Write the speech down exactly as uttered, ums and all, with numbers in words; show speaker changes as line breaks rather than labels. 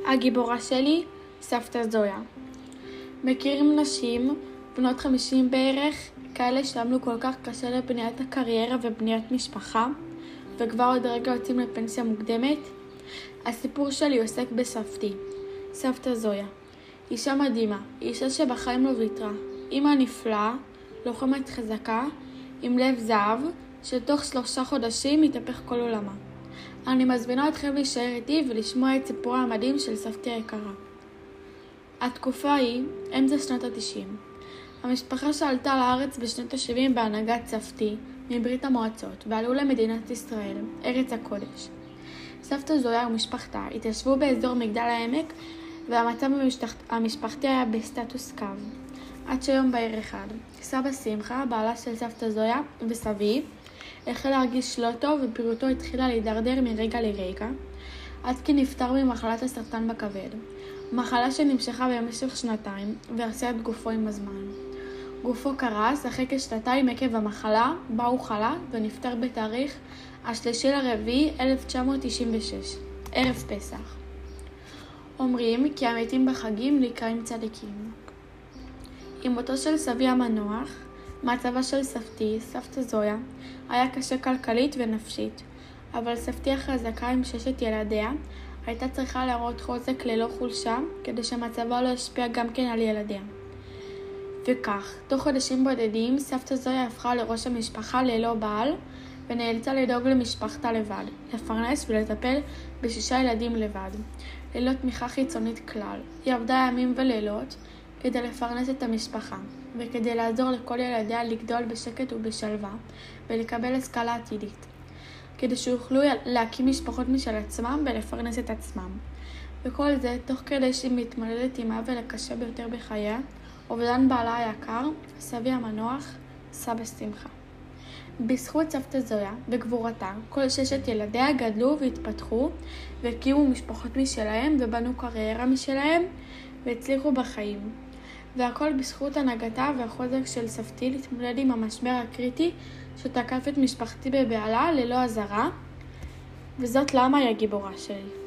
הגיבורה שלי, סבתא זויה. מכירים נשים, בנות חמישים בערך, כאלה שעמלו כל כך קשה לבניית הקריירה ובניית משפחה, וכבר עוד רגע יוצאים לפנסיה מוקדמת? הסיפור שלי עוסק בסבתי, סבתא זויה. אישה מדהימה, אישה שבחיים לא ויתרה. אמא נפלאה, לוחמת חזקה, עם לב זהב, שתוך שלושה חודשים מתהפך כל עולמה. אני מזמינה אתכם להישאר איתי ולשמוע את סיפורה המדהים של סבתי היקרה. התקופה היא אמצע שנות ה-תשעים. המשפחה שעלתה לארץ בשנות ה-שבעים בהנהגת סבתי מברית המועצות ועלו למדינת ישראל, ארץ הקודש. סבתא זויה ומשפחתה התיישבו באזור מגדל העמק, והמצב המשפחתי היה בסטטוס קו. עד שיום בהיר אחד, סבא שמחה, בעלה של סבתא זויה וסבי, החל להרגיש לא טוב ובריאותו התחילה להידרדר מרגע לרגע, עד כי נפטר ממחלת הסרטן בכבד. מחלה שנמשכה במשך שנתיים והרסה את גופו עם הזמן. גופו קרס אחרי כשנתיים עקב המחלה, בה הוא חלה ונפטר בתאריך השלישי לרביעי אלף תשע מאות תשעים ושש, ערב פסח. אומרים כי המתים בחגים נקראים צדיקים. עם מותו של סבי המנוח, מצבה של סבתי, סבתא זויה, היה קשה כלכלית ונפשית, אבל סבתי החזקה עם ששת ילדיה הייתה צריכה להראות חוזק ללא חולשה, כדי שמצבה לא ישפיע גם כן על ילדיה. וכך, תוך חודשים בודדים, סבתא זויה הפכה לראש המשפחה ללא בעל, ונאלצה לדאוג למשפחתה לבד, לפרנס ולטפל בשישה ילדים לבד, ללא תמיכה חיצונית כלל. היא עבדה ימים ולילות כדי לפרנס את המשפחה, וכדי לעזור לכל ילדיה לגדול בשקט ובשלווה, ולקבל השכלה עתידית, כדי שיוכלו להקים משפחות משל עצמם ולפרנס את עצמם. וכל זה תוך כדי שהיא מתמודדת עם העוול הקשה ביותר בחייה, אובדן בעלה היקר, סבי המנוח, סבא שמחה. בזכות סבתא זויה וגבורתה, כל ששת ילדיה גדלו והתפתחו והקימו משפחות משלהם ובנו קריירה משלהם והצליחו בחיים. והכל בזכות הנהגתה והחוזק של סבתי להתמודד עם המשבר הקריטי שתקף את משפחתי בבעלה ללא עזרה, וזאת למה היא הגיבורה שלי.